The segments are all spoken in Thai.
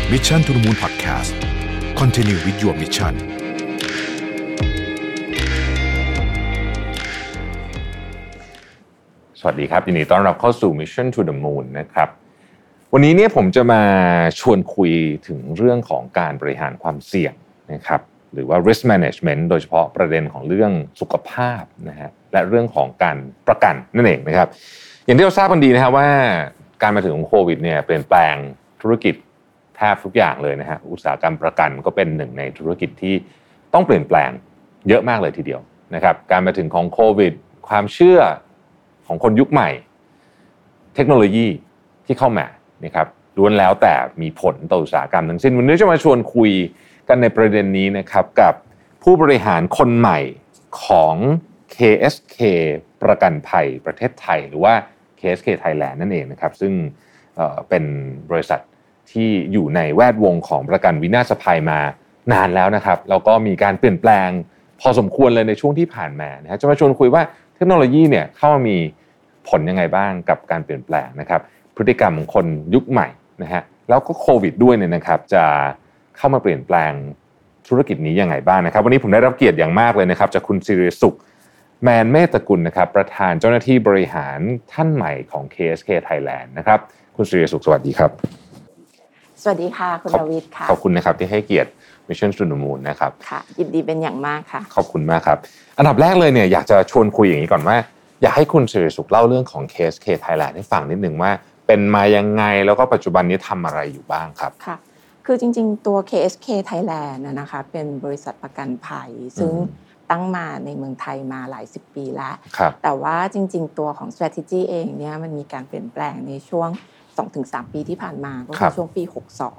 Mission to the Moon Podcast Continue with your mission สวัสดีครับยินดีต้อนรับเข้าสู่ Mission to the Moon นะครับวันนี้เนี่ยผมจะมาชวนคุยถึงเรื่องของการบริหารความเสี่ยงนะครับหรือว่า risk management โดยเฉพาะประเด็นของเรื่องสุขภาพนะฮะและเรื่องของการประกันนั่นเองนะครับอย่างที่เราทราบกันดีนะครับว่าการมาถึงของโควิดเนี่ยเปลี่ยนแปลงธุรกิจแทบทุกอย่างเลยนะฮะอุตสาหกรรมประกันก็เป็นหนึ่งในธุรกิจที่ต้องเปลี่ยนแปลงเยอะมากเลยทีเดียวนะครับการมาถึงของโควิดความเชื่อของคนยุคใหม่เทคโนโลยีที่เข้ามานะครับล้วนแล้วแต่มีผลต่ออุตสาหกรรมทั้งสิ้นวันนี้จะมาชวนคุยกันในประเด็นนี้นะครับกับผู้บริหารคนใหม่ของ KSK ประกันภัยประเทศไทยหรือว่า KSK Thailand นั่นเองนะครับซึ่งเป็นบริษัทที่อยู่ในแวดวงของประกันวินาศภัยมานานแล้วนะครับแล้วก็มีการเปลี่ยนแปลงพอสมควรเลยในช่วงที่ผ่านมานะฮะจะมาชวนคุยว่าเทคโนโลยีเนี่ยเข้ามามีผลยังไงบ้างกับการเปลี่ยนแปลงนะครับพฤติกรรมของคนยุคใหม่นะฮะแล้วก็โควิดด้วยเนี่ยนะครับจะเข้ามาเปลี่ยนแปลงธุรกิจนี้ยังไงบ้างนะครับวันนี้ผมได้รับเกียรติอย่างมากเลยนะครับจากคุณศิริสุขแมนเมตกุลนะครับประธานเจ้าหน้าที่บริหารท่านใหม่ของ KSK Thailand นะครับคุณศิริสุขสวัสดีครับสวัสดีค่ะคุณดวิดค่ะขอบคุณนะครับที่ให้เกียรติ Mission to the Moon นะครับค่ะยินดีเป็นอย่างมากค่ะขอบคุณมากครับอันดับแรกเลยเนี่ยอยากจะชวนคุยอย่างนี้ก่อนว่าอยากให้คุณศิริสุขเล่าเรื่องของ KSK Thailand ให้ฟังนิดนึงว่าเป็นมายังไงแล้วก็ปัจจุบันนี้ทำอะไรอยู่บ้างครับค่ะคือจริงๆตัว KSK Thailand นะคะเป็นบริษัทประกันภัยซึ่งตั้งมาในเมืองไทยมาหลายสิบปีแล้วแต่ว่าจริงๆตัวของ strategy เองเนี่ยมันมีการเปลี่ยนแปลงในช่วง 2-3 ปีที่ผ่านมาก็คือช่วงปี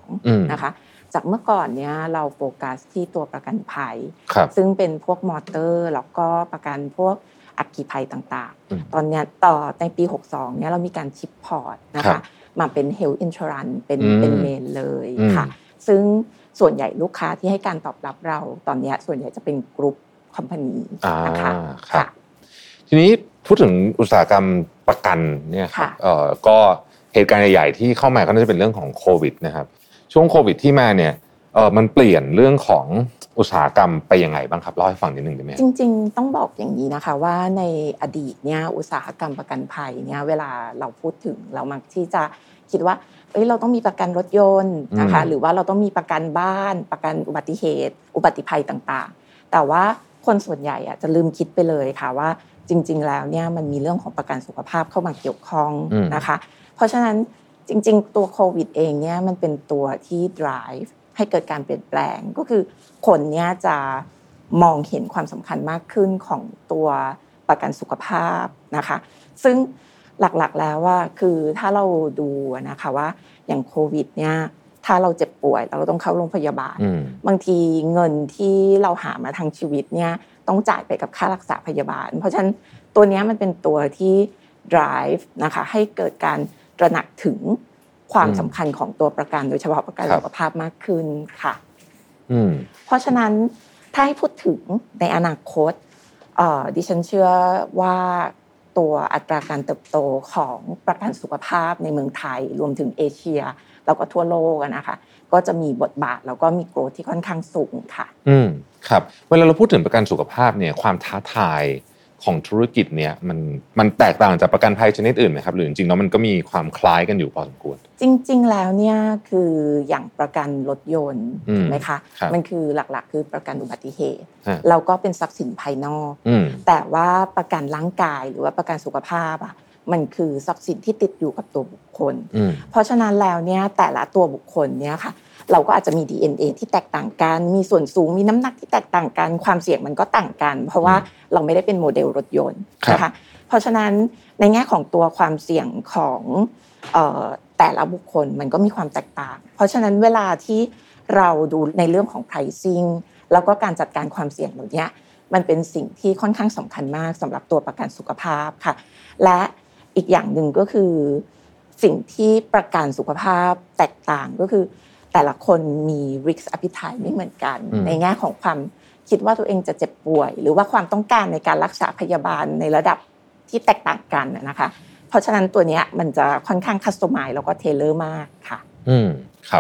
62นะคะจากเมื่อก่อนเนี่ยเราโฟกัสที่ตัวประกันภัยซึ่งเป็นพวกมอเตอร์แล้วก็ประกันพวกอัคคีภัยต่างๆตอนนี้ในปี62เนี่ยเรามีการชิปพอร์ตนะคะมาเป็น Health Insurance เป็นเมนเลยค่ะซึ่งส่วนใหญ่ลูกค้าที่ให้การตอบรับเราตอนนี้ส่วนใหญ่จะเป็นกรุ๊ปคอมพานีนะคะค่ะทีนี้พูดถึงอุตสาหกรรมประกันเนี่ยครับก็เหตุการณ์ใหญ่ๆที่เข้ามาก็น่าจะเป็นเรื่องของโควิดนะครับช่วงโควิดที่มาเนี่ยมันเปลี่ยนเรื่องของอุตสาหกรรมไปยังไงบ้างครับเล่าให้ฟังนิดนึงได้ไหมจริงๆต้องบอกอย่างนี้นะคะว่าในอดีตเนี่ยอุตสาหกรรมประกันภัยเนี่ยเวลาเราพูดถึงเรามักที่จะคิดว่าเราต้องมีประกันรถยนต์นะคะหรือว่าเราต้องมีประกันบ้านประกันอุบัติเหตุอุบัติภัยต่างๆแต่ว่าคนส่วนใหญ่จะลืมคิดไปเลยค่ะว่าจริงๆแล้วเนี่ยมันมีเรื่องของประกันสุขภาพเข้ามาเกี่ยวข้องนะคะเพราะฉะนั้นจริงๆตัวโควิดเองเนี่ยมันเป็นตัวที่ drive ให้เกิดการเปลี่ยนแปลงก็คือคนเนี่ยจะมองเห็นความสำคัญมากขึ้นของตัวประกันสุขภาพนะคะซึ่งหลักๆแล้วว่าคือถ้าเราดูนะคะว่าอย่างโควิดเนี่ยถ้าเราเจ็บป่วยเราต้องเข้าโรงพยาบาลบางทีเงินที่เราหามาทางชีวิตเนี่ยต้องจ่ายไปกับค่ารักษาพยาบาลเพราะฉะนั้นตัวนี้มันเป็นตัวที่ drive นะคะให้เกิดการตระหนักถึงความสำคัญของตัวประกันโดยเฉพาะประกันสุขภาพมากขึ้นค่ะเพราะฉะนั้นถ้าให้พูดถึงในอนาคตดิฉันเชื่อว่าตัวอัตราการเติบโตของประกันสุขภาพในเมืองไทยรวมถึงเอเชียแล้วก็ทั่วโลกนะคะก็จะมีบทบาทแล้วก็มีโกรธที่ค่อนข้างสูงค่ะครับเวลาเราพูดถึงประกันสุขภาพเนี่ยความท้าทายของธุรกิจเนี่ยมันแตกต่างจากประกันภัยชนิดอื่นไหมครับหรือจริงๆแล้วมันก็มีความคล้ายกันอยู่พอสมควรจริงๆแล้วเนี่ยคืออย่างประกันรถยนต์ถูกไหมคะมันคือหลักๆคือประกันอุบัติเหตุแล้วก็เป็นทรัพย์สินภายนอกแต่ว่าประกันร่างกายหรือว่าประกันสุขภาพมันคือทรัพย์สินที่ติดอยู่กับตัวบุคคลเพราะฉะนั้นแล้วเนี่ยแต่ละตัวบุคคลเนี่ยค่ะเราก็อาจจะมี DNA ที่แตกต่างกันมีส่วนสูงมีน้ำหนักที่แตกต่างกันความเสี่ยงมันก็ต่างกันเพราะว่าเราไม่ได้เป็นโมเดลรถยนต์นะคะเพราะฉะนั้นในแง่ของตัวความเสี่ยงของแต่ละบุคคลมันก็มีความแตกต่างเพราะฉะนั้นเวลาที่เราดูในเรื่องของ pricing แล้วก็การจัดการความเสี่ยงเหล่านี้มันเป็นสิ่งที่ค่อนข้างสำคัญมากสำหรับตัวประกันสุขภาพค่ะและอีกอย่างหนึ่งก็คือสิ่งที่ประกันสุขภาพแตกต่างก็คือแต่ละคนมี risk appetite ไม่เหมือนกันในแง่ของความคิดว่าตัวเองจะเจ็บป่วยหรือว่าความต้องการในการรักษาพยาบาลในระดับที่แตกต่างกันนะคะ เพราะฉะนั้นตัวเนี้ยมันจะค่อนข้างคัสตอมไมซ์แล้วก็เทเลอร์มากค่ะครับ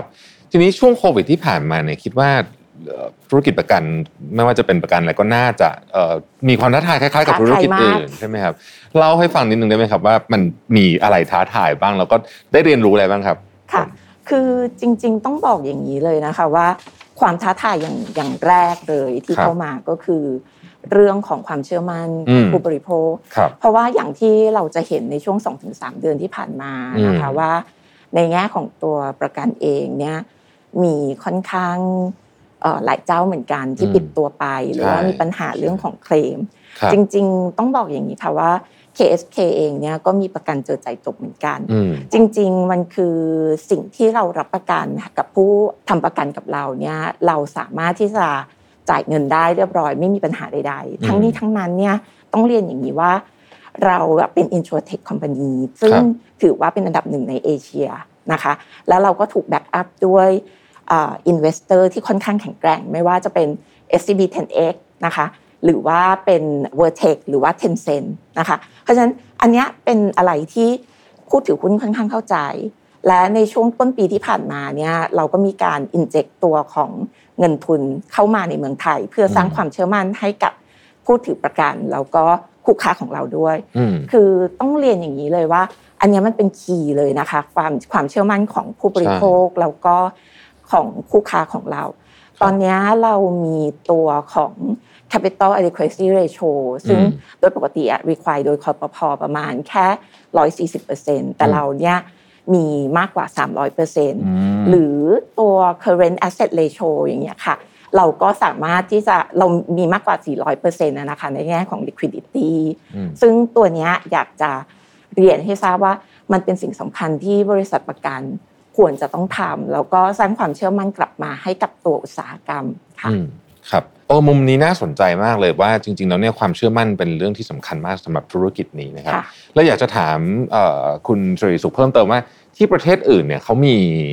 ทีนี้ช่วงโควิดที่ผ่านมาเนี่ยคิดว่าธุรกิจประกันไม่ว่าจะเป็นประกันอะไรก็น่าจะมีความท้าทายคล้ายๆกับธุรกิจอื่นใช่ไหมครับเล่าให้ฟังนิดนึงได้ไหมครับว่ามันมีอะไรท้าทายบ้างแล้วก็ได้เรียนรู้อะไรบ้างครับค่ะคือจริงๆต้องบอกอย่างนี้เลยนะคะว่าความท้าทายอย่างแรกเลยที่เข้ามาก็คือเรื่องของความเชื่อมั่นผู้บริโภคเพราะว่าอย่างที่เราจะเห็นในช่วง 2-3 เดือนที่ผ่านมานะคะว่าในแง่ของตัวประกันเองเนี่ยมีค่อนข้างหลายเจ้าเหมือนกันที่ปิดตัวไปหรือว่ามีปัญหาเรื่องของเคลมจริงๆต้องบอกอย่างนี้ค่ะว่า KSK เองเนี่ยก็มีประกันเจอจ่ายจบเหมือนกันจริงๆมันคือสิ่งที่เรารับประกันกับผู้ทำประกันกับเราเนี่ยเราสามารถที่จะจ่ายเงินได้เรียบร้อยไม่มีปัญหาใดๆทั้งนี้ทั้งนั้นเนี่ยต้องเรียนอย่างนี้ว่าเราเป็น InsurTech Company ซึ่งถือว่าเป็นอันดับหนึ่งในเอเชียนะคะแล้วเราก็ถูกแบ็กอัพด้วยinvestor ที่ค่อนข้างแข็งแกร่งไม่ว่าจะเป็น SCB 10X นะคะหรือว่าเป็น Vertex หรือว่า Tencent นะคะเพราะฉะนั้นอันนี้เป็นอะไรที่ผู้ถือหุ้นค่อนข้างเข้าใจและในช่วงต้นปีที่ผ่านมาเนี่ยเราก็มีการ inject ตัวของเงินทุนเข้ามาในเมืองไทยเพื่อสร้างความเชื่อมั่นให้กับผู้ถือประกันแล้วก็คู่ค้าของเราด้วยคือต้องเรียนอย่างนี้เลยว่าอันนี้มันเป็นคีย์เลยนะคะความเชื่อมั่นของผู้บริโภคแล้วก็ของคู่ค้าของเราตอนนี้เรามีตัวของ capital adequacy ratio ซึ่งโดยปกติrequire โดยคปภ.ประมาณแค่ 140% แต่เราเนี่ยมีมากกว่า 300% หรือตัว current asset ratio อย่างเงี้ยค่ะเราก็สามารถที่จะเรามีมากกว่า 400% นะคะในแง่ของ liquidity ซึ่งตัวเนี้ยอยากจะเรียนให้ทราบว่ามันเป็นสิ่งสำคัญที่บริษัทประกันควรจะต้องทำแล้วก็สร้างความเชื่อมั่นกลับมาให้กับตัวอุตสาหกรรมค่ะครับมุมนี้น่าสนใจมากเลยว่าจริงๆแล้วเนี่ยความเชื่อมั่นเป็นเรื่องที่สำคัญมากสำหรับธุรกิจนี้นะครับแล้วอยากจะถามคุณสิริสุขเพิ่มเติมว่าที่ประเทศอื่นเนี่ยเขามี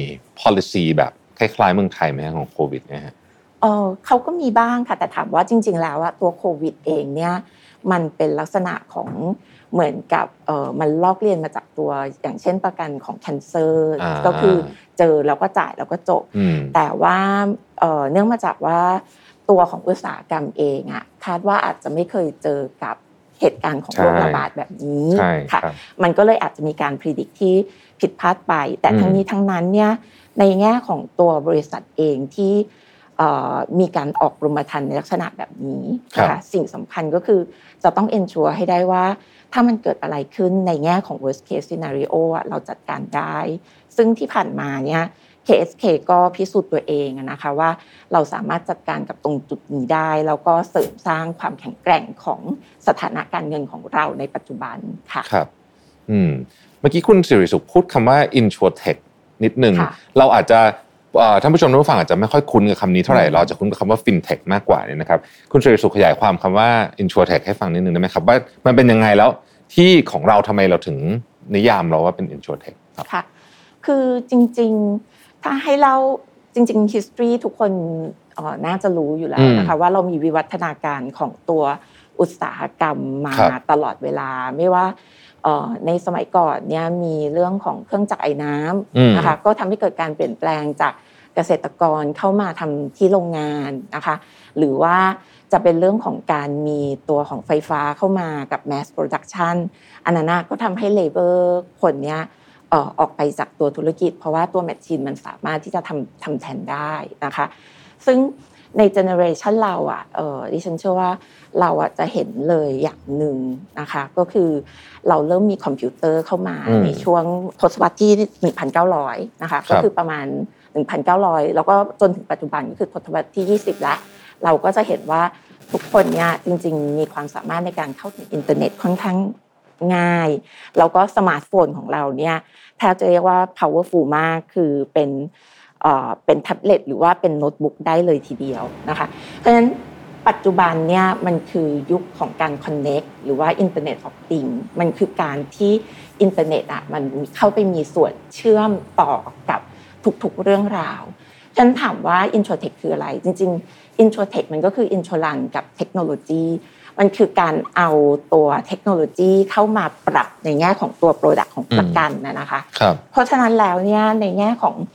policy แบบคล้ายๆเมืองไทยไหมของโควิดเนี่ยฮะเขาก็มีบ้างค่ะแต่ถามว่าจริงๆแล้วตัวโควิดเองเนี่ยมันเป็นลักษณะของเหมือนกับมันลอกเลียนมาจากตัวอย่างเช่นประกันของแคนเซอร์ก็คือเจอแล้วก็จ่ายแล้วก็จบแต่ว่าเนื่องมาจากว่าตัวของอุตสาหกรรมเองคาดว่าอาจจะไม่เคยเจอกับเหตุการณ์ของโรคระบาดแบบนี้ค่ะมันก็เลยอาจจะมีการพิจิตรที่ผิดพลาดไปแต่ทั้งนี้ทั้งนั้นเนี่ยในแง่ของตัวบริษัทเองที่มีการออกกรมธรรม์ในลักษณะแบบนี้นะคะสิ่งสำคัญก็คือจะต้อง ensure ให้ได้ว่าถ้ามันเกิดอะไรขึ้นในแง่ของ worst case scenario เราจัดการได้ซึ่งที่ผ่านมาเนี่ย KSK ก็พิสูจน์ตัวเองนะคะว่าเราสามารถจัดการกับตรงจุดนี้ได้แล้วก็เสริมสร้างความแข็งแกร่งของสถานะการเงินของเราในปัจจุบันค่ะครับเมื่อกี้คุณสิริสุขพูดคำว่า InsurTech นิดนึงเราอาจจะท่านผู้ชมท่านผู้ฟังอาจจะไม่ค่อยคุ้นกับคำนี้เท่าไหร่เราจะคุ้นกับคำว่า FinTech มากกว่าเนี่ยนะครับคุณสิริสุขขยายความคำว่า InsurTech ให้ฟังนิดนึงได้ไหมครับว่ามันเป็นยังไงแล้วที่ของเราทำไมเราถึงนิยามเราว่าเป็น InsurTech ครับค่ะคือจริงๆถ้าให้เล่าจริงๆ history ทุกคนน่าจะรู้อยู่แล้วนะคะว่าเรามีวิวัฒนาการของตัวอุตสาหกรรมมาตลอดเวลาไม่ว่าในสมัยก่อนเนี่ยมีเรื่องของเครื่องจักรไอน้ำนะคะก็ทำให้เกิดการเปลี่ยนแปลงจากเกษตรกรเข้ามาทำที่โรงงานนะคะหรือว่าจะเป็นเรื่องของการมีตัวของไฟฟ้าเข้ามากับ mass production อันนั้นก็ทำให้ labor คนเนี้ยออกไปจากตัวธุรกิจเพราะว่าตัวแมชชีนมันสามารถที่จะทำแทนได้นะคะซึ่งในเจเนอเรชันเราดิฉันเชื่อว่าเราจะเห็นเลยอย่างหนึ่งนะคะก็คือเราเริ่มมีคอมพิวเตอร์เข้ามาในช่วงทศวรรษที่ 1,900 นะคะก็คือประมาณ 1,900 แล้วก็จนถึงปัจจุบันก็คือทศวรรษที่ 20 แล้วเราก็จะเห็นว่าทุกคนเนี่ยจริงๆมีความสามารถในการเข้าถึงอินเทอร์เน็ตค่อนข้างง่ายแล้วก็สมาร์ทโฟนของเราเนี่ยแทบจะเรียกว่า powerful มากคือเป็นแท็บเล็ตหรือว่าเป็นโน้ตบุ๊กได้เลยทีเดียวนะคะเพราะฉะนั้นปัจจุบันเนี่ยมันคือยุคของการ connect หรือว่า Internet of Things มันคือการที่อินเทอร์เน็ตมันเข้าไปมีส่วนเชื่อมต่อกับทุกๆเรื่องราวฉันถามว่า InsurTech คืออะไรจริงๆ InsurTech มันก็คือ Insurance กับเทคโนโลยีมันคือการเอาตัวเทคโนโลยีเข้ามาปรับในแง่ของตัว product ของประกันนะคะเพราะฉะนั้นแล้วเนี่ยในแง่ของ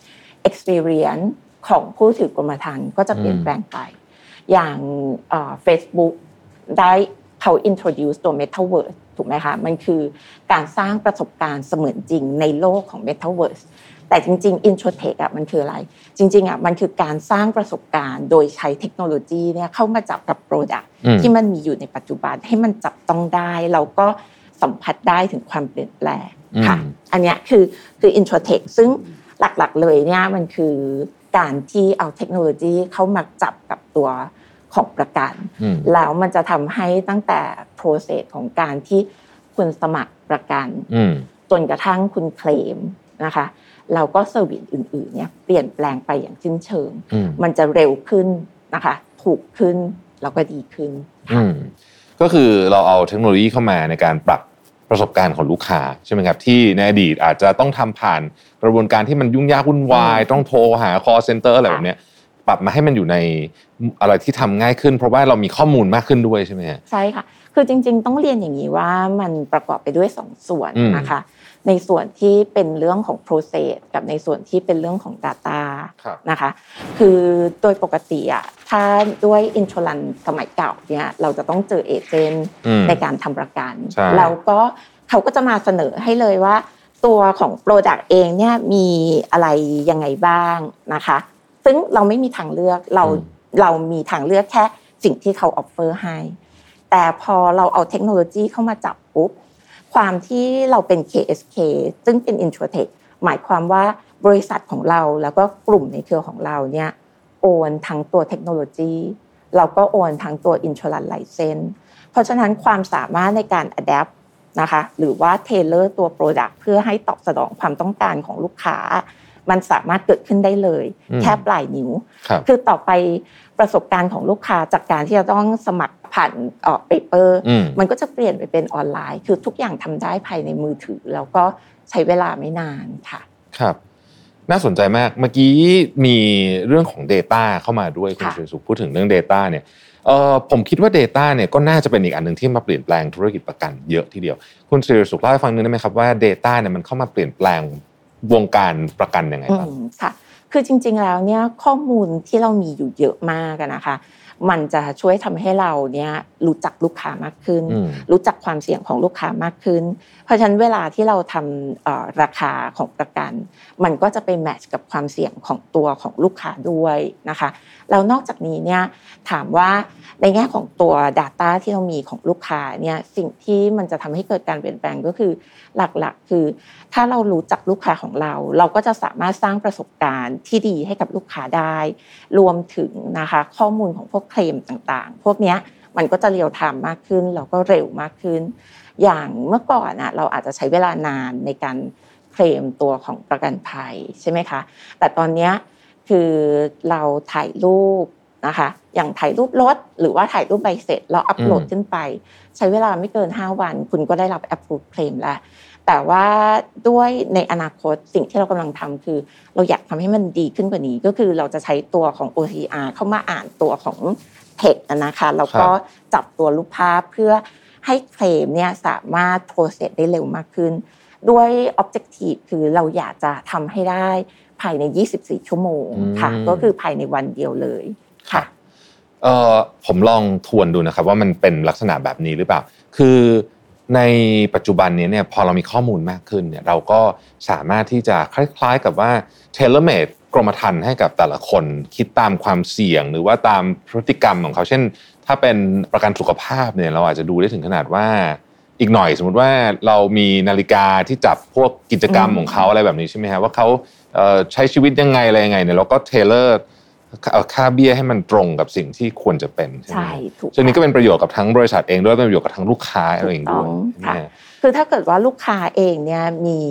experience ของผู้ถือกรมธรรม์ก็จะเปลี่ยนแปลงไปอย่างFacebook ได้เขา introduce ตัว Metaverse ถูกไหมคะมันคือการสร้างประสบการณ์เสมือนจริงในโลกของ Metaverse แต่จริงๆ Introtech อ่ะมันคืออะไรจริงๆอ่ะมันคือการสร้างประสบการณ์โดยใช้เทคโนโลยีเนี่ยเข้ามาจับกับ Product ที่มันมีอยู่ในปัจจุบันให้มันจับต้องได้แล้วก็สัมผัสได้ถึงความเปลี่ยนแปลงค่ะอันเนี้ยคือ Introtech ซึ่งหลักๆเลยเนี่ยมันคือการที่เอาเทคโนโลยีเข้ามาจับกับตัวของประกันแล้วมันจะทำให้ตั้งแต่ process ของการที่คุณสมัครประกันจนกระทั่งคุณเคลมนะคะแล้วก็เซอร์วิสอื่นๆเนี่ยเปลี่ยนแปลงไปอย่างสิ้นเชิงมันจะเร็วขึ้นนะคะถูกขึ้นแล้วก็ดีขึ้นก็คือเราเอาเทคโนโลยีเข้ามาในการปรับประสบการณ์ของลูกค้าใช่ไหมครับที่ในอดีตอาจจะต้องทำผ่านกระบวนการที่มันยุ่งยากวุ่นวายต้องโทรหา call center อะไรแบบนี้ปรับมาให้มันอยู่ในอะไรที่ทำง่ายขึ้นเพราะว่าเรามีข้อมูลมากขึ้นด้วยใช่ไหมใช่ค่ะคือจริงๆต้องเรียนอย่างนี้ว่ามันประกอบไปด้วย2ส่วนนะคะในส่วนที่เป็นเรื่องของ process กับในส่วนที่เป็นเรื่องของ data นะคะคือโดยปกติอ่ะถ้าด้วย insurance สมัยเก่าเนี่ยเราจะต้องเจอเอเจนต์ในการทำประกันแล้วก็เขาก็จะมาเสนอให้เลยว่าตัวของ product เองเนี่ยมีอะไรยังไงบ้างนะคะซึ่งเราไม่มีทางเลือกเรามีทางเลือกแค่สิ่งที่เขาออฟเฟอร์ให้แต่พอเราเอาเทคโนโลยีเข้ามาจับปุ๊บความที่เราเป็น KSK ซึ่งเป็น Introtech หมายความว่าบริษัทของเราแล้วก็กลุ่มในเครือของเราเนี่ยโอนทั้งตัวเทคโนโลยีเราก็โอนทั้งตัว Insurance License เพราะฉะนั้นความสามารถในการ Adapt นะคะหรือว่า Tailor ตัว Product เพื่อให้ตอบสนองความต้องการของลูกค้ามันสามารถเกิดขึ้นได้เลยแค่ปลายนิ้วคือต่อไปประสบการณ์ของลูกค้าจากการที่จะต้องสมัครผ่านเปเปอร์มันก็จะเปลี่ยนไปเป็นออนไลน์คือทุกอย่างทำได้ภายในมือถือแล้วก็ใช้เวลาไม่นานค่ะครับน่าสนใจมากเมื่อกี้มีเรื่องของ data เข้ามาด้วยคุณสุพูดถึงเรื่อง data เนี่ยผมคิดว่า data เนี่ยก็น่าจะเป็นอีกอันนึงที่มาเปลี่ยนแปลงธุรกิจประกันเยอะทีเดียวคุณศิริสุขเล่าให้ฟังนึงได้ไหมครับว่า data เนี่ยมันเข้ามาเปลี่ยนแปลงวงการประกันยังไงบ้างค่ะคือจริงๆแล้วเนี่ยข้อมูลที่เรามีอยู่เยอะมากนะคะมันจะช่วยทำให้เราเนี่ยรู้จักลูกค้ามากขึ้นรู้จักความเสี่ยงของลูกค้ามากขึ้นเพราะฉะนั้นเวลาที่เราทำราคาของประกันมันก็จะไปแมทช์กับความเสี่ยงของตัวของลูกค้าด้วยนะคะแล้วนอกจากนี้เนี่ยถามว่าในแง่ของตัว data ที่เรามีของลูกค้าเนี่ยสิ่งที่มันจะทำให้เกิดการเปลี่ยนแปลงก็คือหลักๆคือถ้าเรารู้จักลูกค้าของเราก็จะสามารถสร้างประสบการณ์ที่ดีให้กับลูกค้าได้รวมถึงนะคะข้อมูลของพวกเคลมต่างๆพวกนี้มันก็จะเรียลไทม์มากขึ้นแล้วก็เร็วมากขึ้นอย่างเมื่อก่อนน่ะเราอาจจะใช้เวลานานในการเคลมตัวของประกันภัยใช่ไหมคะแต่ตอนนี้คือเราถ่ายรูปนะคะอย่างถ่ายรูปรถหรือว่าถ่ายรูปใบเสร็จแล้วอัปโหลดขึ้นไปใช้เวลาไม่เกิน5วันคุณก็ได้รับ approve claim แล้วแต่ว่าด้วยในอนาคตสิ่งที่เรากำลังทำคือเราอยากทำให้มันดีขึ้นกว่านี้ก็คือเราจะใช้ตัวของ OCR เข้ามาอ่านตัวของ text นะคะแล้วก็จับตัวรูปภาพเพื่อให้เคลมเนี่ยสามารถ process ได้เร็วมากขึ้นด้วย objective คือเราอยากจะทำให้ได้ภายใน24ชั่วโมงค่ะก็คือภายในวันเดียวเลยค่ะผมลองทวนดูนะครับว่ามันเป็นลักษณะแบบนี้หรือเปล่าคือในปัจจุบันนี้เนี่ยพอเรามีข้อมูลมากขึ้นเนี่ยเราก็สามารถที่จะคล้ายๆกับว่า tailor made กรมธรรม์ให้กับแต่ละคนคิดตามความเสี่ยงหรือว่าตามพฤติกรรมของเขาเช่นถ้าเป็นประกันสุขภาพเนี่ยเราอาจจะดูได้ถึงขนาดว่าอีกหน่อยสมมติว่าเรามีนาฬิกาที่จับพวกกิจกรรมของเขาอะไรแบบนี้ใช่ไหมครับว่าเขาใช้ชีวิตยังไงอะไรยังไงเนี่ยเราก็เทเลอร์ค่าเบี้ยให้มันตรงกับสิ่งที่ควรจะเป็นใช่ไหมซึ่งนี้ก็เป็นประโยชน์กับทั้งบริษัทเองด้วยเป็นประโยชน์กับทั้งลูกค้าเองด้วยคือถ้าเกิดว่าลูกค้าเองเนี่ยมี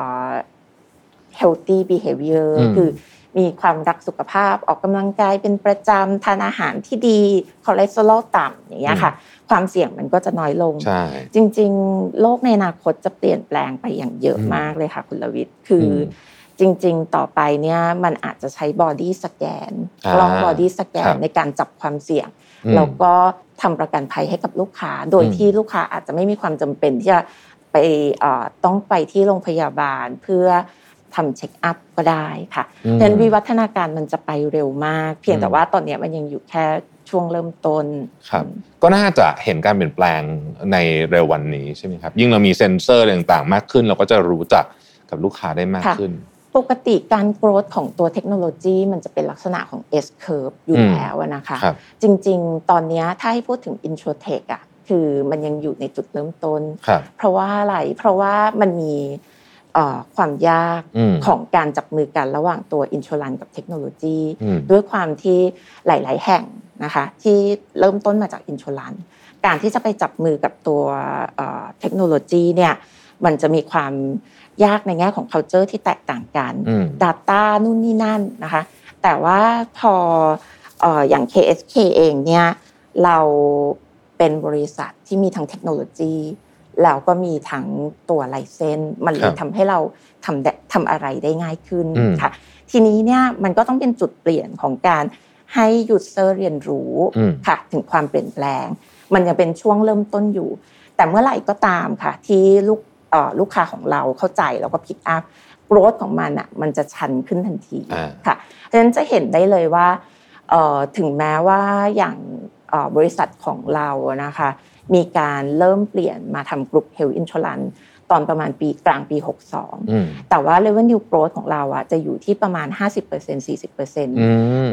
healthy behavior คือมีความรักสุขภาพออกกำลังกายเป็นประจำทานอาหารที่ดีคอเลสเตอรอลต่ำอย่างเงี้ยค่ะความเสี่ยงมันก็จะน้อยลงจริงๆโลกในอนาคตจะเปลี่ยนแปลงไปอย่างเยอะมากเลยค่ะคุณลวิทย์คือจริงๆต่อไปเนี่ยมันอาจจะใช้บอดี้สแกนกล้องบอดี้สแกนในการจับความเสี่ยงแล้วก็ทำประกันภัยให้กับลูกค้าโดยที่ลูกค้าอาจจะไม่มีความจำเป็นที่จะไปต้องไปที่โรงพยาบาลเพื่อทำเช็คอัพก็ได้ค่ะเพราะฉะนั้นวิวัฒนาการมันจะไปเร็วมากเพียงแต่ว่าตอนนี้มันยังอยู่แค่ช่วงเริ่มต้นครับก็น่าจะเห็นการเปลี่ยนแปลงในเร็ววันนี้ใช่ไหมครับยิ่งเรามีเซ็นเซอร์ต่างๆมากขึ้นเราก็จะรู้จักกับลูกค้าได้มากขึ้นปกติการโกรธของตัวเทคโนโลยีมันจะเป็นลักษณะของ S curve อยู่แล้วนะคะจริงๆตอนนี้ถ้าให้พูดถึง Insurtech อ่ะคือมันยังอยู่ในจุดเริ่มต้นเพราะว่าอะไรเพราะว่ามันมีความยากของการจับมือกันระหว่างตัว Insurance กับเทคโนโลยีด้วยความที่หลายๆแห่งนะคะที่เริ่มต้นมาจาก Insurance การที่จะไปจับมือกับตัวเทคโนโลยีเนี่ยมันจะมีความยากในแง่ของ culture ที่แตกต่างกัน data นู่นนี่นั่นนะคะแต่ว่าพออย่าง KSK เองเนี่ยเราเป็นบริษัทที่มีทั้งเทคโนโลยีแล้วก็มีทั้งตัวไลเซนส์มันเลยทำให้เราทำอะไรได้ง่ายขึ้นค่ะทีนี้เนี่ยมันก็ต้องเป็นจุดเปลี่ยนของการให้ user เรียนรู้ค่ะถึงความเปลี่ยนแปลงมันยังเป็นช่วงเริ่มต้นอยู่แต่เมื่อไหร่ก็ตามค่ะที่ลูกค้าของเราเข้าใจแล้วก็พิกอัพโกรธของมันอ่ะมันจะชันขึ้นทันทีค่ะเพราะฉะนั้นจะเห็นได้เลยว่าถึงแม้ว่าอย่างบริษัทของเรานะคะมีการเริ่มเปลี่ยนมาทำกลุ่ม Health Insurance ตอนประมาณกลางปี62แต่ว่า Revenue Growth ของเราอ่ะจะอยู่ที่ประมาณ 50% 40% ใน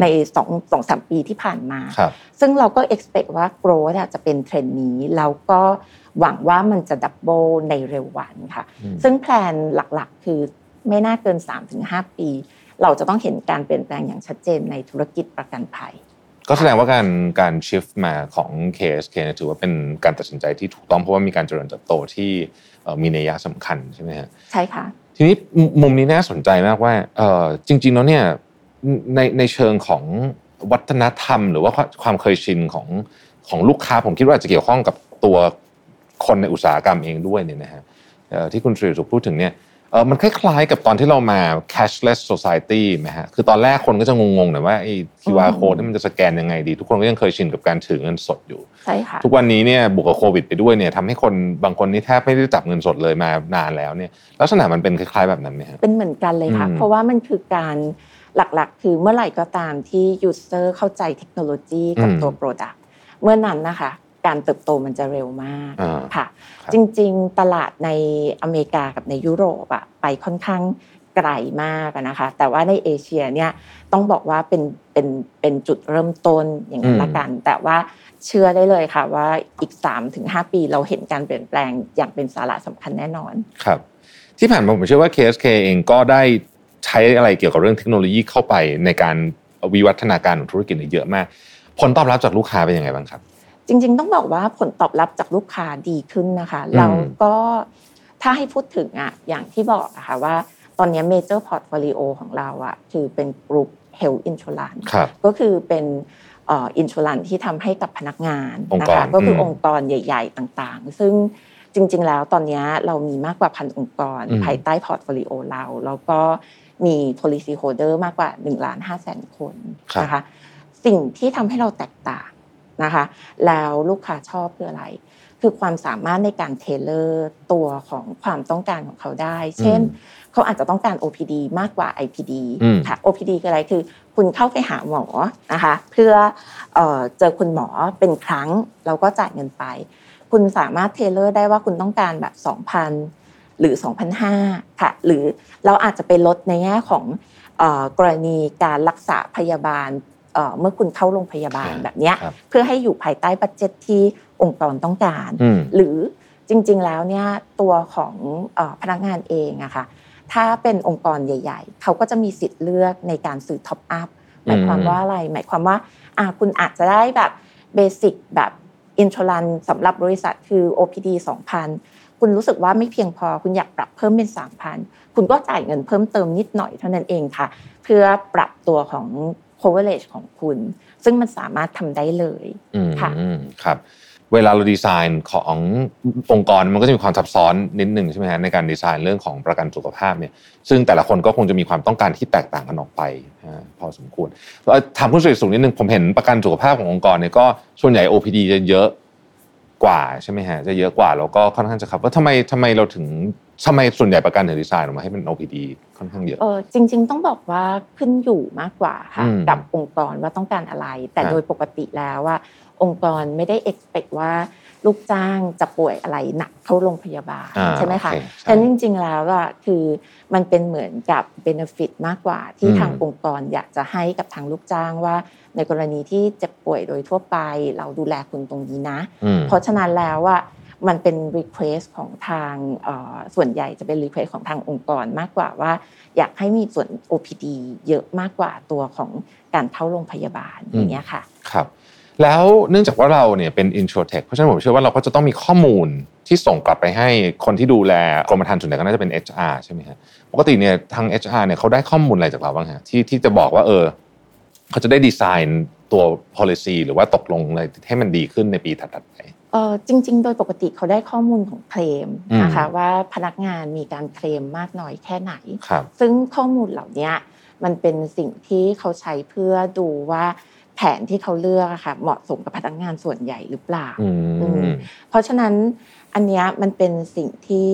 2-3 ปีที่ผ่านมาซึ่งเราก็ expect ว่า growth จะเป็นเทรนด์นี้แล้วก็หวังว่ามันจะดับเบิลในเร็ววันค่ะซึ่งแพลนหลักๆคือไม่น่าเกิน 3-5 ปีเราจะต้องเห็นการเปลี่ยนแปลงอย่างชัดเจนในธุรกิจประกันภัยก็แสดงว่าการ shift มาของ KSK ถือว่าเป็นการตัดสินใจที่ถูกต้องเพราะว่ามีการเจริญเติบโตที่มีนัยสำคัญใช่ไหมฮะใช่ค่ะทีนี้มุมนี้น่าสนใจมากว่าจริงๆแล้วเนี่ยในเชิงของวัฒนธรรมหรือว่าความเคยชินของลูกค้าผมคิดว่าอาจจะเกี่ยวข้องกับตัวคนในอุตสาหกรรมเองด้วยเนี่ยนะฮะที่คุณตรีสุขพูดถึงเนี่ยมันคล้ายๆกับตอนที่เรามา cashless society ไหมฮะคือตอนแรกคนก็จะงงๆหน่อยว่าไอ้ QR code นี่มันจะสแกนยังไงดีทุกคนก็ยังเคยชินกับการถือเงินสดอยู่ใช่ค่ะทุกวันนี้เนี่ยบวกกับโควิดไปด้วยเนี่ยทำให้คนบางคนนี่แทบไม่ได้จับเงินสดเลยมานานแล้วเนี่ยลักษณะมันเป็นคล้ายๆแบบนั้นไหมฮะเป็นเหมือนกันเลยค่ะเพราะว่ามันคือการหลักๆคือเมื่อไหร่ก็ตามที่ user เข้าใจเทคโนโลยีกับตัว product เมื่อนั้นนะคะการเติบโตมันจะเร็วมากค่ะจริงๆตลาดในอเมริกากับในยุโรปอะไปค่อนข้างไกลมากนะคะแต่ว่าในเอเชียเนี่ยต้องบอกว่าเป็นจุดเริ่มต้นอย่างนั้นละกันแต่ว่าเชื่อได้เลยค่ะว่าอีก 3-5 ปีเราเห็นการเปลี่ยนแปลงอย่างเป็นสาระสำคัญแน่นอนครับที่ผ่านมาผมเชื่อว่า KSK เองก็ได้ใช้อะไรเกี่ยวกับเรื่องเทคโนโลยีเข้าไปในการวิวัฒนาการของธุรกิจเยอะมากผลตอบรับจากลูกค้าเป็นยังไงบ้างครับจริงๆต้องบอกว่าผลตอบรับจากลูกค้าดีขึ้นนะคะแล้วก็ถ้าให้พูดถึงอ่ะอย่างที่บอกอะค่ะว่าตอนนี้ Major Portfolio ของเราอ่ะคือเป็นกลุ่ม Health Insurance ก็คือเป็นInsurance ที่ทำให้กับพนักงานนะคะก็คือองค์กรใหญ่ๆต่างๆซึ่งจริงๆแล้วตอนนี้เรามีมากกว่า 1,000 องค์กรภายใต้ Portfolio เราแล้วก็มี Policy Holder มากกว่า 1,500,000 คนนะคะสิ่งที่ทำให้เราแตกต่างนะคะแล้วลูกค้าชอบคืออะไรคือความสามารถในการเทเลอร์ตัวของความต้องการของเขาได้เช่นเขาอาจจะต้องการ OPD มากกว่า IPD ค่ะ OPD คืออะไรคือคุณเข้าไปหาหมอนะคะเพื่อเจอคุณหมอเป็นครั้งแล้วก็จ่ายเงินไปคุณสามารถเทเลอร์ได้ว่าคุณต้องการแบบ 2,000 หรือ 2,500 ค่ะหรือเราอาจจะไปลดในแง่ของกรณีการรักษาพยาบาลเมื่อคุณเข้าโรงพยาบาลแบบนี้เพื่อให้อยู่ภายใต้บัดเจ็ตที่องค์กรต้องการหรือจริงๆแล้วเนี่ยตัวของพนักงานเองอะค่ะถ้าเป็นองค์กรใหญ่ๆเขาก็จะมีสิทธิ์เลือกในการซื้อท็อปอัพหมายความว่าอะไรหมายความว่าคุณอาจจะได้แบบเบสิกแบบอินชัวรันซ์สำหรับบริษัทคือ OPD 2,000 คุณรู้สึกว่าไม่เพียงพอคุณอยากปรับเพิ่มเป็น 3,000 คุณก็จ่ายเงินเพิ่มเติมนิดหน่อยเท่านั้นเองค่ะเพื่อปรับตัวของcoverage ของคุณซึ่งมันสามารถทำได้เลยค่ะครับเวลาเราดีไซน์ขององค์กรมันก็จะมีความซับซ้อนนิดนึงใช่ไหมฮะในการดีไซน์เรื่องของประกันสุขภาพเนี่ยซึ่งแต่ละคนก็คงจะมีความต้องการที่แตกต่างกันออกไปพอสมควรถามผู้ช่วยสูงนิดนึงผมเห็นประกันสุขภาพขององค์กรเนี่ยก็ส่วนใหญ่ OPD จะเยอะกว่าใช่ไหมฮะจะเยอะกว่าแล้วก็ค่อนข้างจะครับว่าทำไมเราถึงทำไมส่วนใหญ่ประกันถึงดีไซน์ออกมาให้เป็น OPD ค่อนข้างเยอะจริงๆต้องบอกว่าขึ้นอยู่มากกว่าค่ะกับองค์กรว่าต้องการอะไรแต่โดยปกติแล้วว่าองค์กรไม่ได้ expect ว่าลูกจ้างจะป่วยอะไรหนักเข้าโรงพยาบาลใช่ไหมคะแต่จริงๆแล้วอ่ะคือมันเป็นเหมือนกับ benefit มากกว่าที่ทางองค์กรอยากจะให้กับทางลูกจ้างว่าในกรณีที่เจ็บป่วยโดยทั่วไปเราดูแลคุณตรงนี้นะเพราะฉะนั้นแล้วอ่ะมันเป็น request ของทางส่วนใหญ่จะเป็น request ของทางองค์กรมากกว่าว่าอยากให้มีส่วน OPD เยอะมากกว่าตัวของการเข้าโรงพยาบาลอย่างเงี้ยค่ะครับแล้วเนื่องจากว่าเราเนี่ยเป็น Insurtech เพราะฉะนั้นผมเชื่อว่าเราก็จะต้องมีข้อมูลที่ส่งกลับไปให้คนที่ดูแลกรมธรรม์ส่วนใหญ่ก็น่าจะเป็น HR ใช่ไหมฮะปกติเนี่ยทาง HR เนี่ยเขาได้ข้อมูลอะไรจากเราบ้างฮะที่จะบอกว่าเขาจะได้ดีไซน์ตัว policy หรือว่าตกลงอะไรให้มันดีขึ้นในปีถัดไปจริงๆโดยปกติเขาได้ข้อมูลของเคลมนะคะว่าพนักงานมีการเคลมมากน้อยแค่ไหนซึ่งข้อมูลเหล่านี้มันเป็นสิ่งที่เขาใช้เพื่อดูว่าแผนที่เขาเลือกค่ะเหมาะสมกับพนักงานส่วนใหญ่หรือเปล่าเพราะฉะนั้นอันนี้มันเป็นสิ่งที่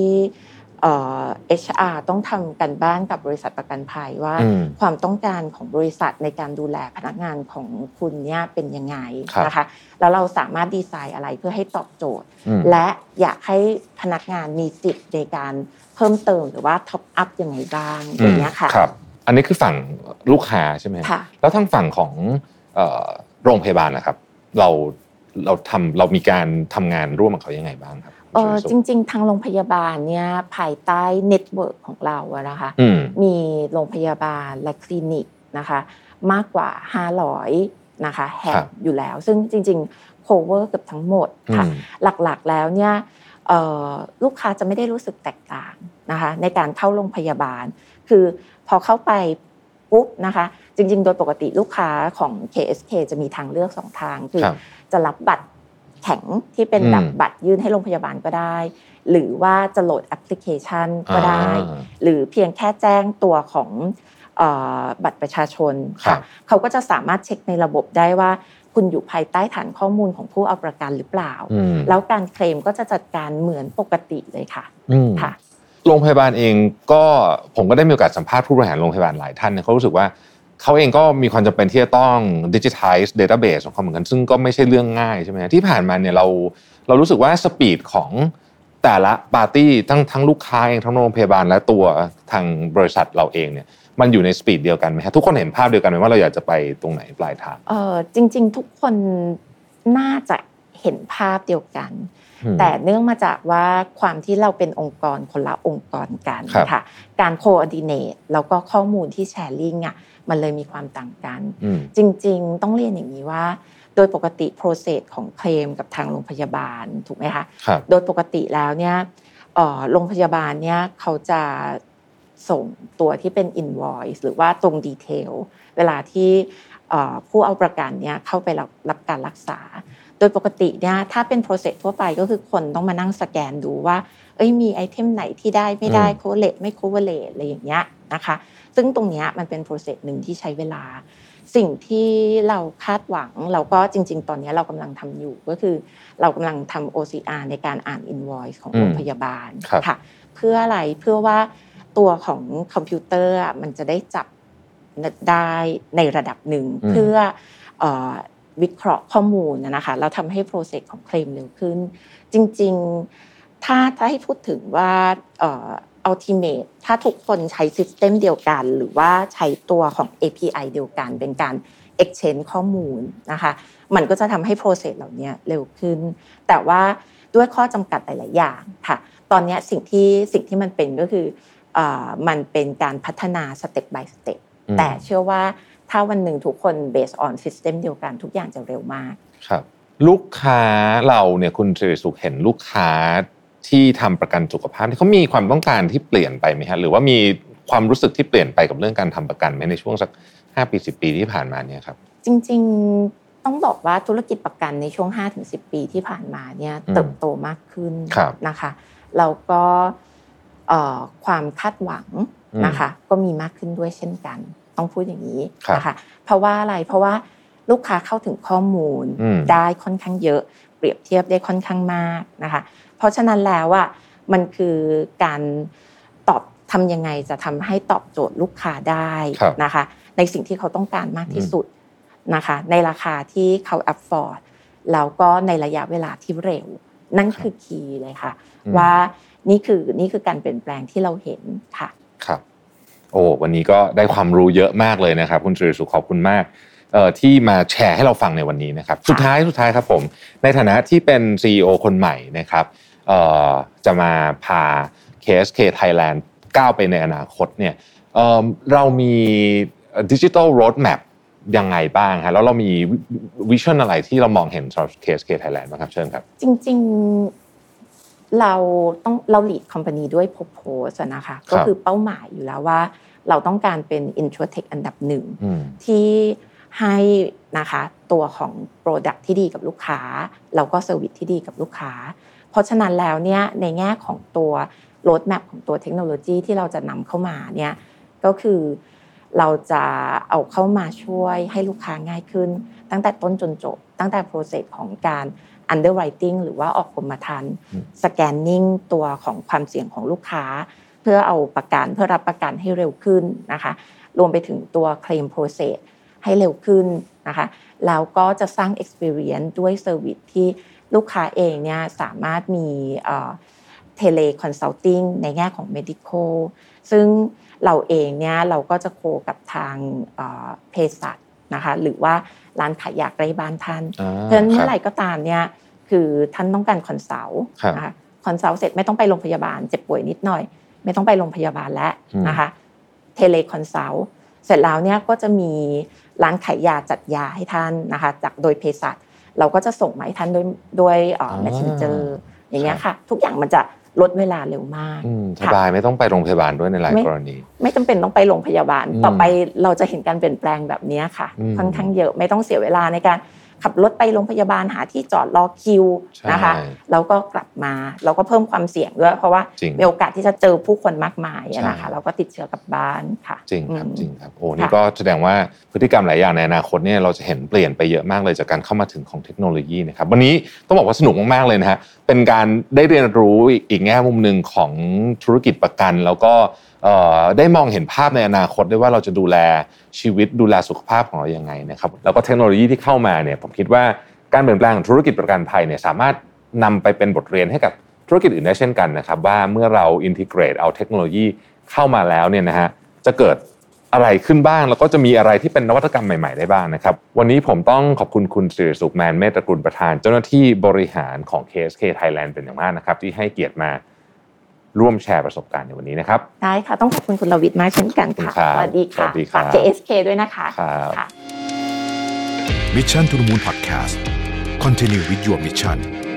HR ต้องทำกันบ้านกับบริษัทประกันภัยว่าความต้องการของบริษัทในการดูแลพนักงานของคุณเนี่ยเป็นยังไงนะคะแล้วเราสามารถดีไซน์อะไรเพื่อให้ตอบโจทย์และอยากให้พนักงานมีสิทธิ์ในการเพิ่มเติมหรือว่าท็อปอัพยังไงบ้างอย่างเงี้ยค่ะครับอันนี้คือฝั่งลูกค้าใช่ไหมแล้วทางฝั่งของโรงพยาบาลนะครับเรามีการทำงานร่วมกับเขายังไงบ้างครับจริงๆทางโรงพยาบาลเนี่ยภายใต้เน็ตเวิร์คของเราอะนะคะมีโรงพยาบาลและคลินิกนะคะมากกว่า500นะคะแห่งอยู่แล้วซึ่งจริงๆ cover เกือบทั้งหมดค่ะหลักๆแล้วเนี่ยลูกค้าจะไม่ได้รู้สึกแตกต่างนะคะในการเข้าโรงพยาบาลคือพอเข้าไปปุ๊บนะคะจริงๆโดยปกติลูกค้าของ KSK จะมีทางเลือก2ทางคือจะรับบัตรแข็งที่เป็นแบบบัตรยื่นให้โรงพยาบาลก็ได้หรือว่าจะโหลดแอปพลิเคชันก็ได้หรือเพียงแค่แจ้งตัวของบัตรประชาชนค่ะเขาก็จะสามารถเช็คในระบบได้ว่าคุณอยู่ภายใต้ฐานข้อมูลของผู้เอาประกันหรือเปล่าแล้วการเคลมก็จะจัดการเหมือนปกติเลยค่ะค่ะโรงพยาบาลเองก็ผมก็ได้มีโอกาสสัมภาษณ์ผู้บริหารโรงพยาบาลหลายท่านเนี่ยเขารู้สึกว่าเขาเองก็มีความจำเป็นที่จะต้อง digitize database ของเขาเหมือนกันซึ่งก็ไม่ใช่เรื่องง่ายใช่ไหมที่ผ่านมาเนี่ยเรารู้สึกว่าสปีดของแต่ละปาร์ตี้ทั้งลูกค้าเองทั้งโรงพยาบาลและตัวทางบริษัทเราเองเนี่ยมันอยู่ในสปีดเดียวกันไหมครับทุกคนเห็นภาพเดียวกันไหมว่าเราอยากจะไปตรงไหนปลายทางจริงๆทุกคนน่าจะเห็นภาพเดียวกันแต่เนื่องมาจากว่าความที่เราเป็นองค์กรคนละองค์กรกันค่ะการโคออร์ดิเนตแล้วก็ข้อมูลที่แชร์ลิงก์อ่ะมันเลยมีความต่างกันจริงๆต้องเรียนอย่างนี้ว่าโดยปกติ process ของเคลมกับทางโรงพยาบาลถูกไหมคะโดยปกติแล้วเนี่ยโรงพยาบาลเนี่ยเขาจะส่งตัวที่เป็น invoice หรือว่าตรงดีเทลเวลาที่ผู้เอาประกันเนี่ยเข้าไปรับการรักษาโดยปกติเนี่ยถ้าเป็น process ทั่วไปก็คือคนต้องมานั่งสแกนดูว่ามีไอเทมไหนที่ได้ไม่ได้ correlate ไม่ correlate อะไรอย่างเงี้ยนะคะซึ่งตรงนี้มันเป็น process หนึ่งที่ใช้เวลาสิ่งที่เราคาดหวังเราก็จริงๆตอนนี้เรากำลังทำอยู่ก็คือเรากำลังทำ OCR ในการอ่าน invoice ของโรงพยาบาลค่ะเพื่ออะไรเพื่อว่าตัวของคอมพิวเตอร์มันจะได้จับได้ในระดับหนึ่งเพื่อวิเคราะห์ข้อมูลนะคะแล้วทำให้ process ของเคลมเร็วขึ้นจริงๆถ้าให้พูดถึงว่าultimate ถ้าทุกคนใช้ system เดียวกันหรือว่าใช้ตัวของ API เดียวกันเป็นการ exchange ข้อมูลนะคะมันก็จะทำให้ process เหล่านี้เร็วขึ้นแต่ว่าด้วยข้อจำกัดหลายๆอย่างค่ะตอนนี้สิ่งที่มันเป็นก็คือมันเป็นการพัฒนา step by step แต่เชื่อว่าถ้าวันหนึ่งทุกคน based on system เดียวกันทุกอย่างจะเร็วมากครับลูกค้าเราเนี่ยคุณสิริสุขเห็นลูกค้าที่ทำประกันสุขภาพที่เขามีความต้องการที่เปลี่ยนไปไหมฮะหรือว่ามีความรู้สึกที่เปลี่ยนไปกับเรื่องการทำประกันไหมในช่วงสัก5ปี10ปีที่ผ่านมาเนี่ยครับจริงๆต้องบอกว่าธุรกิจประกันในช่วง 5-10 ปีที่ผ่านมาเนี่ยเติบโตมากขึ้นนะคะแล้วก็ความคาดหวังนะคะก็มีมากขึ้นด้วยเช่นกันต้องพูดอย่างนี้นะคะเพราะว่าอะไรเพราะว่าลูกค้าเข้าถึงข้อมูลได้ค่อนข้างเยอะเปรียบเทียบได้ค่อนข้างมากนะคะเพราะฉะนั้นแล้วมันคือการทำยังไงจะทำให้ตอบโจทย์ลูกค้าได้นะคะในสิ่งที่เขาต้องการมากที่สุดนะคะในราคาที่เขา afford แล้วก็ในระยะเวลาที่เร็วนั่นคือคีย์เลยค่ะว่านี่คือการเปลี่ยนแปลงที่เราเห็นค่ะครับโอ้วันนี้ก็ได้ความรู้เยอะมากเลยนะครับคุณสิริสุขขอบคุณมากที่มาแชร์ให้เราฟังในวันนี้นะครับสุดท้ายครับผมในฐานะที่เป็น CEO คนใหม่นะครับจะมาพา KSK Thailand ก้าวไปในอนาคตเนี่ยเรามี Digital Roadmap ยังไงบ้างฮะแล้วเรามีวิชั่นอะไรที่เรามองเห็นสำหรับ KSK Thailand บ้างครับเชิญครับจริงๆเรา lead company ด้วย purpose นะคะก็คือเป้าหมายอยู่แล้วว่าเราต้องการเป็น Insurtech อันดับหนึ่งที่ให้นะคะตัวของ product ที่ดีกับลูกค้าแล้วก็ service ที่ดีกับลูกค้าเพราะฉะนั้นแล้วเนี่ยในแง่ของตัว roadmap ของตัวเทคโนโลยีที่เราจะนำเข้ามาเนี่ยก็คือเราจะเอาเข้ามาช่วยให้ลูกค้าง่ายขึ้นตั้งแต่ต้นจนจบตั้งแต่ process ของการ underwriting หรือว่าออกกรมธรรม์ scanning ตัวของความเสี่ยงของลูกค้าเพื่อเอาประกันเพื่อรับประกันให้เร็วขึ้นนะคะรวมไปถึงตัว claim process ให้เร็วขึ้นนะคะแล้วก็จะสร้าง experience ด้วย service ที่ลูกค้าเองเนี่ยสามารถมีtele consulting ในแง่ของ medical ซึ่งเราเองเนี่ยเราก็จะโคกับทางเภสัชนะคะหรือว่าร้านขายยาใกล้บ้านท่านเพราะฉะนั้นเมื่อไหร่ก็ตามเนี่ยคือท่านต้องการคอนซัลท์นะคะคอนซัลท์เสร็จไม่ต้องไปโรงพยาบาลเจ็บป่วยนิดหน่อยไม่ต้องไปโรงพยาบาลแล้วนะคะเทเลคอนซัลท์เสร็จแล้วเนี่ยก็จะมีร้านขายยาจัดยาให้ท่านนะคะจากโดยเภสัชเราก็จะส่งมาให้ท่านด้วยMessenger อย่างเงี้ยค่ะทุกอย่างมันจะลดเวลาเร็วมากสบายไม่ต้องไปโรงพยาบาลด้วยในหลายกรณีไม่จำเป็นต้องไปโรงพยาบาลต่อไปเราจะเห็นการเปลี่ยนแปลงแบบนี้ค่ะค่อนข้างเยอะไม่ต้องเสียเวลาในการขับรถไปโรงพยาบาลหาที่จอดรอคิวนะคะแล้วก็กลับมาเราก็เพิ่มความเสี่ยงด้วยเพราะว่ามีโอกาสที่จะเจอผู้คนมากมายนะคะเราก็ติดเชื้อกลับบ้านค่ะจริงครับโอ้นี่ก็แสดงว่าพฤติกรรมหลายอย่างในอนาคตเนี่ยเราจะเห็นเปลี่ยนไปเยอะมากเลยจากการเข้ามาถึงของเทคโนโลยีนะครับวันนี้ต้องบอกว่าสนุกมากๆเลยนะฮะเป็นการได้เรียนรู้อีกแง่มุมนึงของธุรกิจประกันแล้วก็ได้มองเห็นภาพในอนาคตด้วยว่าเราจะดูแลชีวิตดูแลสุขภาพของเรายังไงนะครับแล้วก็เทคโนโลยีที่เข้ามาเนี่ยผมคิดว่าการเปลี่ยนแปลงของธุรกิจประกันภัยเนี่ยสามารถนำไปเป็นบทเรียนให้กับธุรกิจอื่นได้เช่นกันนะครับว่าเมื่อเราอินทิเกรตเอาเทคโนโลยีเข้ามาแล้วเนี่ยนะฮะจะเกิดอะไรขึ้นบ้างแล้วก็จะมีอะไรที่เป็นนวัตกรรมใหม่ๆได้บ้างนะครับวันนี้ผมต้องขอบคุณคุณสิริสุขแมนเมตตระกูลประธานเจ้าหน้าที่บริหารของ KSK Thailand เป็นอย่างมากนะครับที่ให้เกียรติมาร่วมแชร์ประสบการณ์ในวันนี้นะครับได้ค่ะต้องขอบคุณคุณรวิทย์มากเช่นกันค่ะสวัสดีค่ะฝาก KSK ด้วยนะคะ Mission to the Moon Podcast Continue with your mission